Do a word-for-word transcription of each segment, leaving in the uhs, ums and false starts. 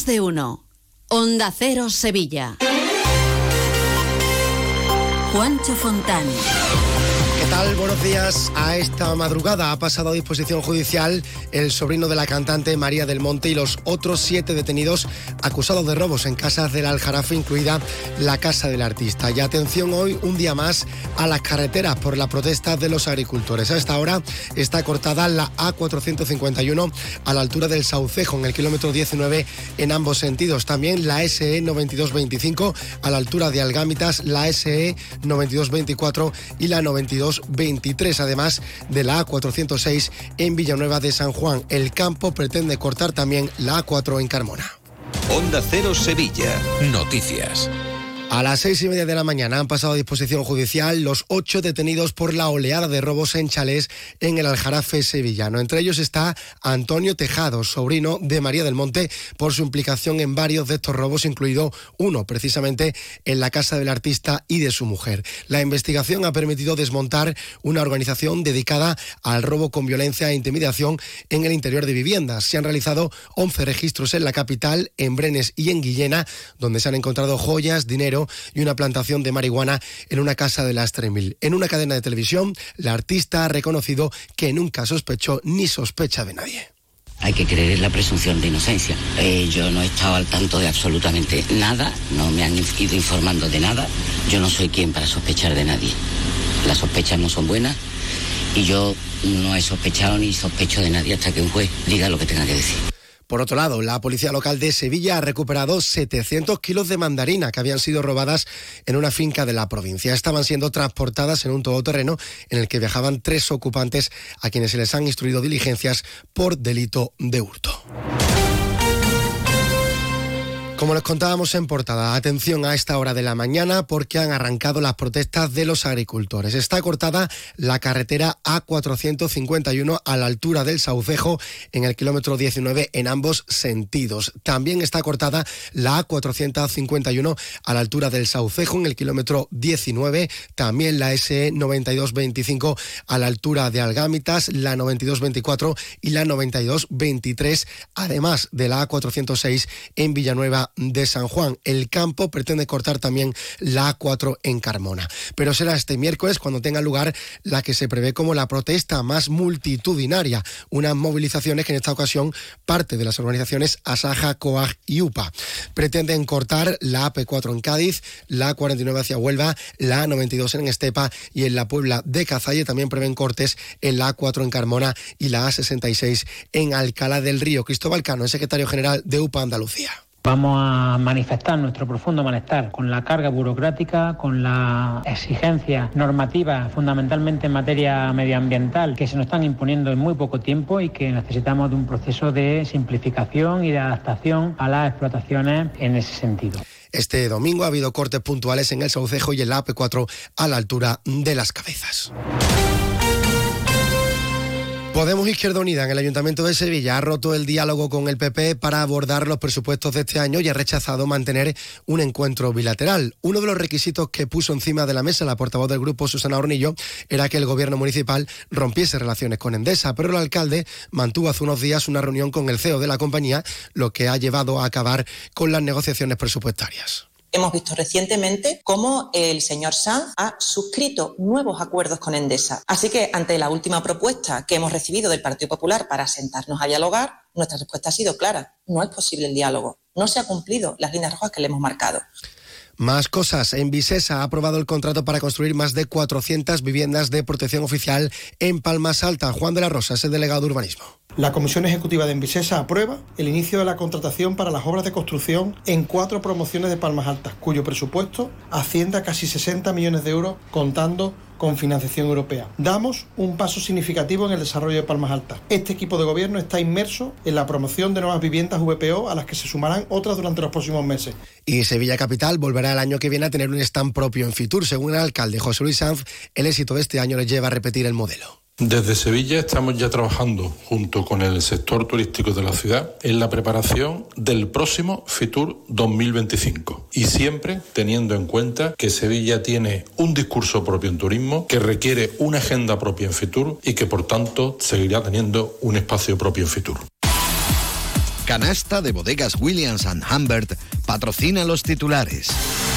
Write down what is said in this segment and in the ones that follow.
Más de uno. Onda Cero Sevilla. Juancho Fontán. ¿Qué tal? Buenos días. A esta madrugada ha pasado a disposición judicial el sobrino de la cantante María del Monte y los otros siete detenidos acusados de robos en casas del Aljarafe, incluida la casa del artista. Y atención hoy, un día más, a las carreteras por la protesta de los agricultores. A esta hora está cortada la A cuatrocientos cincuenta y uno a la altura del Saucejo, en el kilómetro diecinueve, en ambos sentidos. También la S E noventa y dos veinticinco a la altura de Algámitas, la S E noventa y dos veinticuatro y la noventa y dos veintitrés, además de la A cuatrocientos seis en Villanueva de San Juan. El Campo pretende cortar también la A cuatro en Carmona. Onda Cero Sevilla. Noticias. A las seis y media de la mañana han pasado a disposición judicial los ocho detenidos por la oleada de robos en chalés en el Aljarafe sevillano. Entre ellos está Antonio Tejado, sobrino de María del Monte, por su implicación en varios de estos robos, incluido uno precisamente en la casa del artista y de su mujer. La investigación ha permitido desmontar una organización dedicada al robo con violencia e intimidación en el interior de viviendas. Se han realizado once registros en la capital, en Brenes y en Guillena, donde se han encontrado joyas, dinero y una plantación de marihuana en una casa de las tres mil. En una cadena de televisión, la artista ha reconocido que nunca sospechó ni sospecha de nadie. Hay que creer en la presunción de inocencia. Eh, yo no he estado al tanto de absolutamente nada, no me han ido informando de nada. Yo no soy quien para sospechar de nadie. Las sospechas no son buenas y yo no he sospechado ni sospecho de nadie hasta que un juez diga lo que tenga que decir. Por otro lado, la Policía Local de Sevilla ha recuperado setecientos kilos de mandarina que habían sido robadas en una finca de la provincia. Estaban siendo transportadas en un todoterreno en el que viajaban tres ocupantes a quienes se les han instruido diligencias por delito de hurto. Como les contábamos en portada, atención a esta hora de la mañana porque han arrancado las protestas de los agricultores. Está cortada la carretera A cuatrocientos cincuenta y uno a la altura del Saucejo, en el kilómetro diecinueve, en ambos sentidos. También está cortada la A cuatrocientos cincuenta y uno a la altura del Saucejo, en el kilómetro diecinueve. También la S E noventa y dos veinticinco a la altura de Algámitas, la noventa y dos veinticuatro y la noventa y dos veintitrés, además de la A cuatrocientos seis en Villanueva de San Juan. El Campo pretende cortar también la A cuatro en Carmona. Pero será este miércoles cuando tenga lugar la que se prevé como la protesta más multitudinaria, unas movilizaciones que en esta ocasión parte de las organizaciones Asaja, COAG y U P A. Pretenden cortar la A P cuatro en Cádiz, la A cuarenta y nueve hacia Huelva, la A noventa y dos en Estepa y en la Puebla de Cazalle. También prevén cortes en la A cuatro en Carmona y la A sesenta y seis en Alcalá del Río. Cristóbal Cano es secretario general de U P A Andalucía. Vamos a manifestar nuestro profundo malestar con la carga burocrática, con la exigencia normativa, fundamentalmente en materia medioambiental, que se nos están imponiendo en muy poco tiempo y que necesitamos de un proceso de simplificación y de adaptación a las explotaciones en ese sentido. Este domingo ha habido cortes puntuales en el Saucejo y en la A P cuatro a la altura de Las Cabezas. Podemos Izquierda Unida en el Ayuntamiento de Sevilla ha roto el diálogo con el P P para abordar los presupuestos de este año y ha rechazado mantener un encuentro bilateral. Uno de los requisitos que puso encima de la mesa la portavoz del grupo, Susana Hornillo, era que el gobierno municipal rompiese relaciones con Endesa, pero el alcalde mantuvo hace unos días una reunión con el C E O de la compañía, lo que ha llevado a acabar con las negociaciones presupuestarias. Hemos visto recientemente cómo el señor Sanz ha suscrito nuevos acuerdos con Endesa. Así que, ante la última propuesta que hemos recibido del Partido Popular para sentarnos a dialogar, nuestra respuesta ha sido clara. No es posible el diálogo. No se han cumplido las líneas rojas que le hemos marcado. Más cosas. En Visesa ha aprobado el contrato para construir más de cuatrocientas viviendas de protección oficial en Palmas Altas. Juan de la Rosa es el delegado de urbanismo. La Comisión Ejecutiva de Envisesa aprueba el inicio de la contratación para las obras de construcción en cuatro promociones de Palmas Altas, cuyo presupuesto asciende a casi sesenta millones de euros, contando con financiación europea. Damos un paso significativo en el desarrollo de Palmas Altas. Este equipo de gobierno está inmerso en la promoción de nuevas viviendas V P O, a las que se sumarán otras durante los próximos meses. Y Sevilla Capital volverá el año que viene a tener un stand propio en Fitur. Según el alcalde José Luis Sanz, el éxito de este año les lleva a repetir el modelo. Desde Sevilla estamos ya trabajando junto con el sector turístico de la ciudad en la preparación del próximo Fitur dos mil veinticinco y siempre teniendo en cuenta que Sevilla tiene un discurso propio en turismo, que requiere una agenda propia en Fitur y que por tanto seguirá teniendo un espacio propio en Fitur. Canasta de Bodegas Williams and Humbert patrocina los titulares.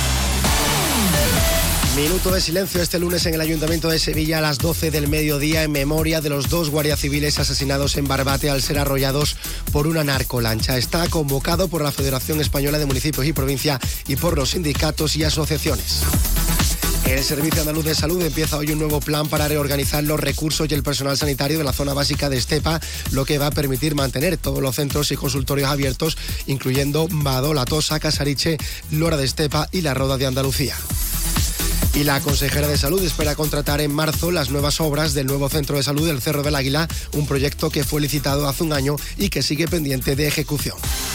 Minuto de silencio este lunes en el Ayuntamiento de Sevilla a las doce del mediodía en memoria de los dos guardias civiles asesinados en Barbate al ser arrollados por una narcolancha. Está convocado por la Federación Española de Municipios y Provincia y por los sindicatos y asociaciones. El Servicio Andaluz de Salud empieza hoy un nuevo plan para reorganizar los recursos y el personal sanitario de la zona básica de Estepa, lo que va a permitir mantener todos los centros y consultorios abiertos, incluyendo Badola, Tosa, Casariche, Lora de Estepa y La Roda de Andalucía. Y la consejera de Salud espera contratar en marzo las nuevas obras del nuevo centro de salud del Cerro del Águila, un proyecto que fue licitado hace un año y que sigue pendiente de ejecución.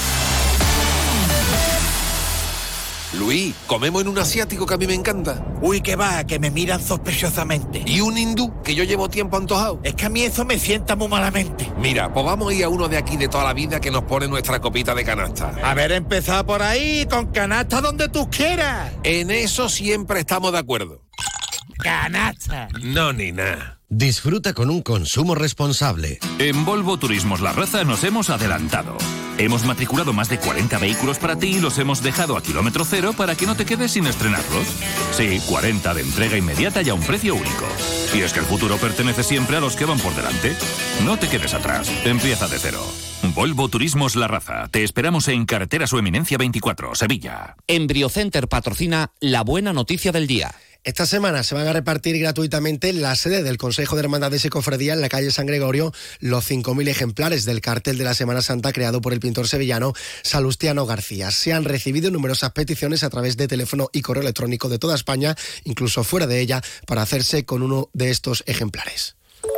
Luis, comemos en un asiático que a mí me encanta. Uy, que va, que me miran sospechosamente. Y un hindú, que yo llevo tiempo antojado. Es que a mí eso me sienta muy malamente. Mira, pues vamos a ir a uno de aquí de toda la vida que nos pone nuestra copita de canasta. Haber empezado por ahí, con canasta donde tú quieras. En eso siempre estamos de acuerdo. Canasta. No, ni nada. Disfruta con un consumo responsable. En Volvo Turismos La Raza nos hemos adelantado. Hemos matriculado más de cuarenta vehículos para ti y los hemos dejado a kilómetro cero para que no te quedes sin estrenarlos. Sí, cuarenta de entrega inmediata y a un precio único. Y es que el futuro pertenece siempre a los que van por delante. No te quedes atrás, empieza de cero. Volvo Turismos La Raza. Te esperamos en Carretera Su Eminencia veinticuatro, Sevilla. Embriocenter patrocina la buena noticia del día. Esta semana se van a repartir gratuitamente en la sede del Consejo de Hermandades y Cofradía en la calle San Gregorio los cinco mil ejemplares del cartel de la Semana Santa creado por el pintor sevillano Salustiano García. Se han recibido numerosas peticiones a través de teléfono y correo electrónico de toda España, incluso fuera de ella, para hacerse con uno de estos ejemplares.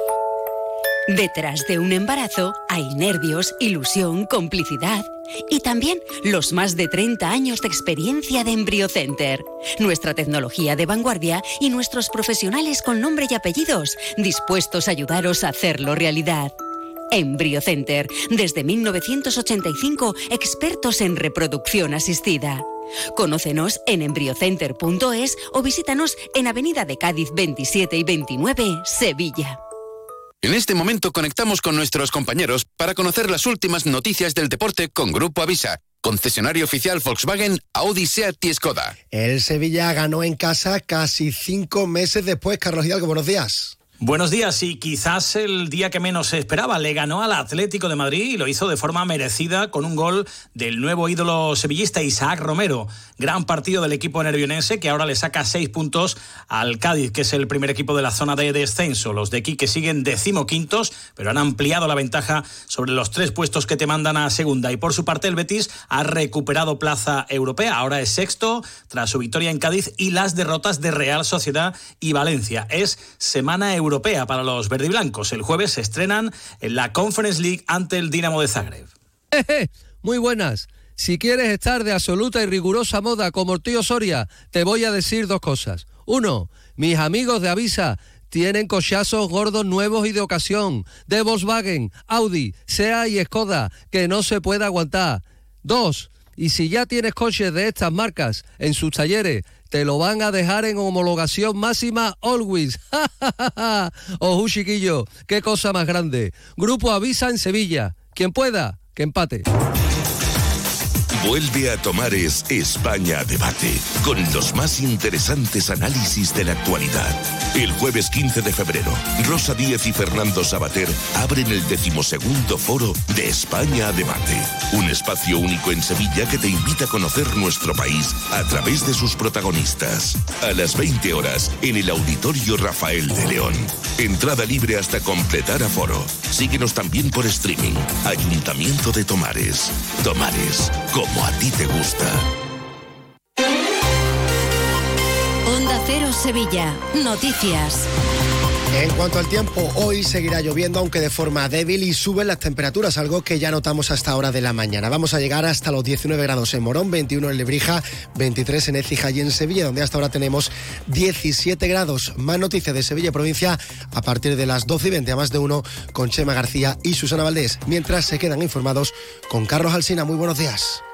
Detrás de un embarazo hay nervios, ilusión, complicidad y también los más de treinta años de experiencia de Embriocenter. Nuestra tecnología de vanguardia y nuestros profesionales con nombre y apellidos dispuestos a ayudaros a hacerlo realidad. Embriocenter, desde mil novecientos ochenta y cinco, expertos en reproducción asistida. Conócenos en embriocenter punto es o visítanos en Avenida de Cádiz veintisiete y veintinueve, Sevilla. En este momento conectamos con nuestros compañeros para conocer las últimas noticias del deporte con Grupo Avisa, concesionario oficial Volkswagen, Audi, Seat y Skoda. El Sevilla ganó en casa casi cinco meses después. Carlos Hidalgo, buenos días. Buenos días, y quizás el día que menos se esperaba. Le ganó al Atlético de Madrid y lo hizo de forma merecida con un gol del nuevo ídolo sevillista Isaac Romero. Gran partido del equipo nervionense que ahora le saca seis puntos al Cádiz, que es el primer equipo de la zona de descenso. Los de Quique siguen decimoquintos, pero han ampliado la ventaja sobre los tres puestos que te mandan a segunda. Y por su parte el Betis ha recuperado plaza europea. Ahora es sexto tras su victoria en Cádiz y las derrotas de Real Sociedad y Valencia. Es semana europea. europea para los verdiblancos. El jueves se estrenan en la Conference League ante el Dinamo de Zagreb. Muy buenas. Si quieres estar de absoluta y rigurosa moda como el tío Soria, te voy a decir dos cosas. Uno, mis amigos de Avisa tienen cochazos gordos nuevos y de ocasión, de Volkswagen, Audi, Seat y Skoda, que no se puede aguantar. Dos, y si ya tienes coches de estas marcas en sus talleres, te lo van a dejar en homologación máxima always. Ojú, chiquillo, qué cosa más grande. Grupo Avisa en Sevilla. Quien pueda, que empate. Vuelve a Tomares España Debate, con los más interesantes análisis de la actualidad. El jueves quince de febrero, Rosa Díez y Fernando Sabater abren el decimosegundo foro de España Debate. Un espacio único en Sevilla que te invita a conocer nuestro país a través de sus protagonistas. A las veinte horas, en el Auditorio Rafael de León. Entrada libre hasta completar aforo. Síguenos también por streaming. Ayuntamiento de Tomares. Tomares, como a ti te gusta. Onda Cero Sevilla. Noticias. En cuanto al tiempo, hoy seguirá lloviendo, aunque de forma débil, y suben las temperaturas, algo que ya notamos hasta hora de la mañana. Vamos a llegar hasta los diecinueve grados en Morón, veintiuno en Lebrija, veintitrés en Écija y en Sevilla, donde hasta ahora tenemos diecisiete grados. Más noticias de Sevilla y provincia a partir de las doce y veinte a más de uno con Chema García y Susana Valdés, mientras se quedan informados con Carlos Alsina. Muy buenos días.